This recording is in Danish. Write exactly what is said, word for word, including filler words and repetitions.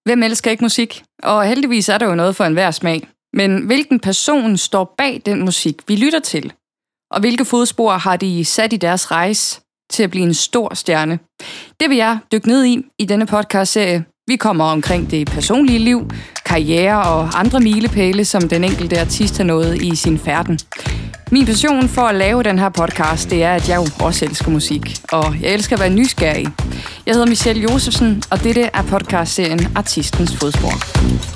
Hvem elsker ikke musik? Og heldigvis er der jo noget for enhver smag. Men hvilken person står bag den musik, vi lytter til? Og hvilke fodspor har de sat i deres rejse til at blive en stor stjerne? Det vil jeg dykke ned i i denne podcastserie. Vi kommer omkring det personlige liv, karriere og andre milepæle, som den enkelte artist har nået i sin færden. Min passion for at lave den her podcast, det er, at jeg jo også elsker musik, og jeg elsker at være nysgerrig. Jeg hedder Michelle Josefsen, og dette er podcastserien Artistens Fodspor.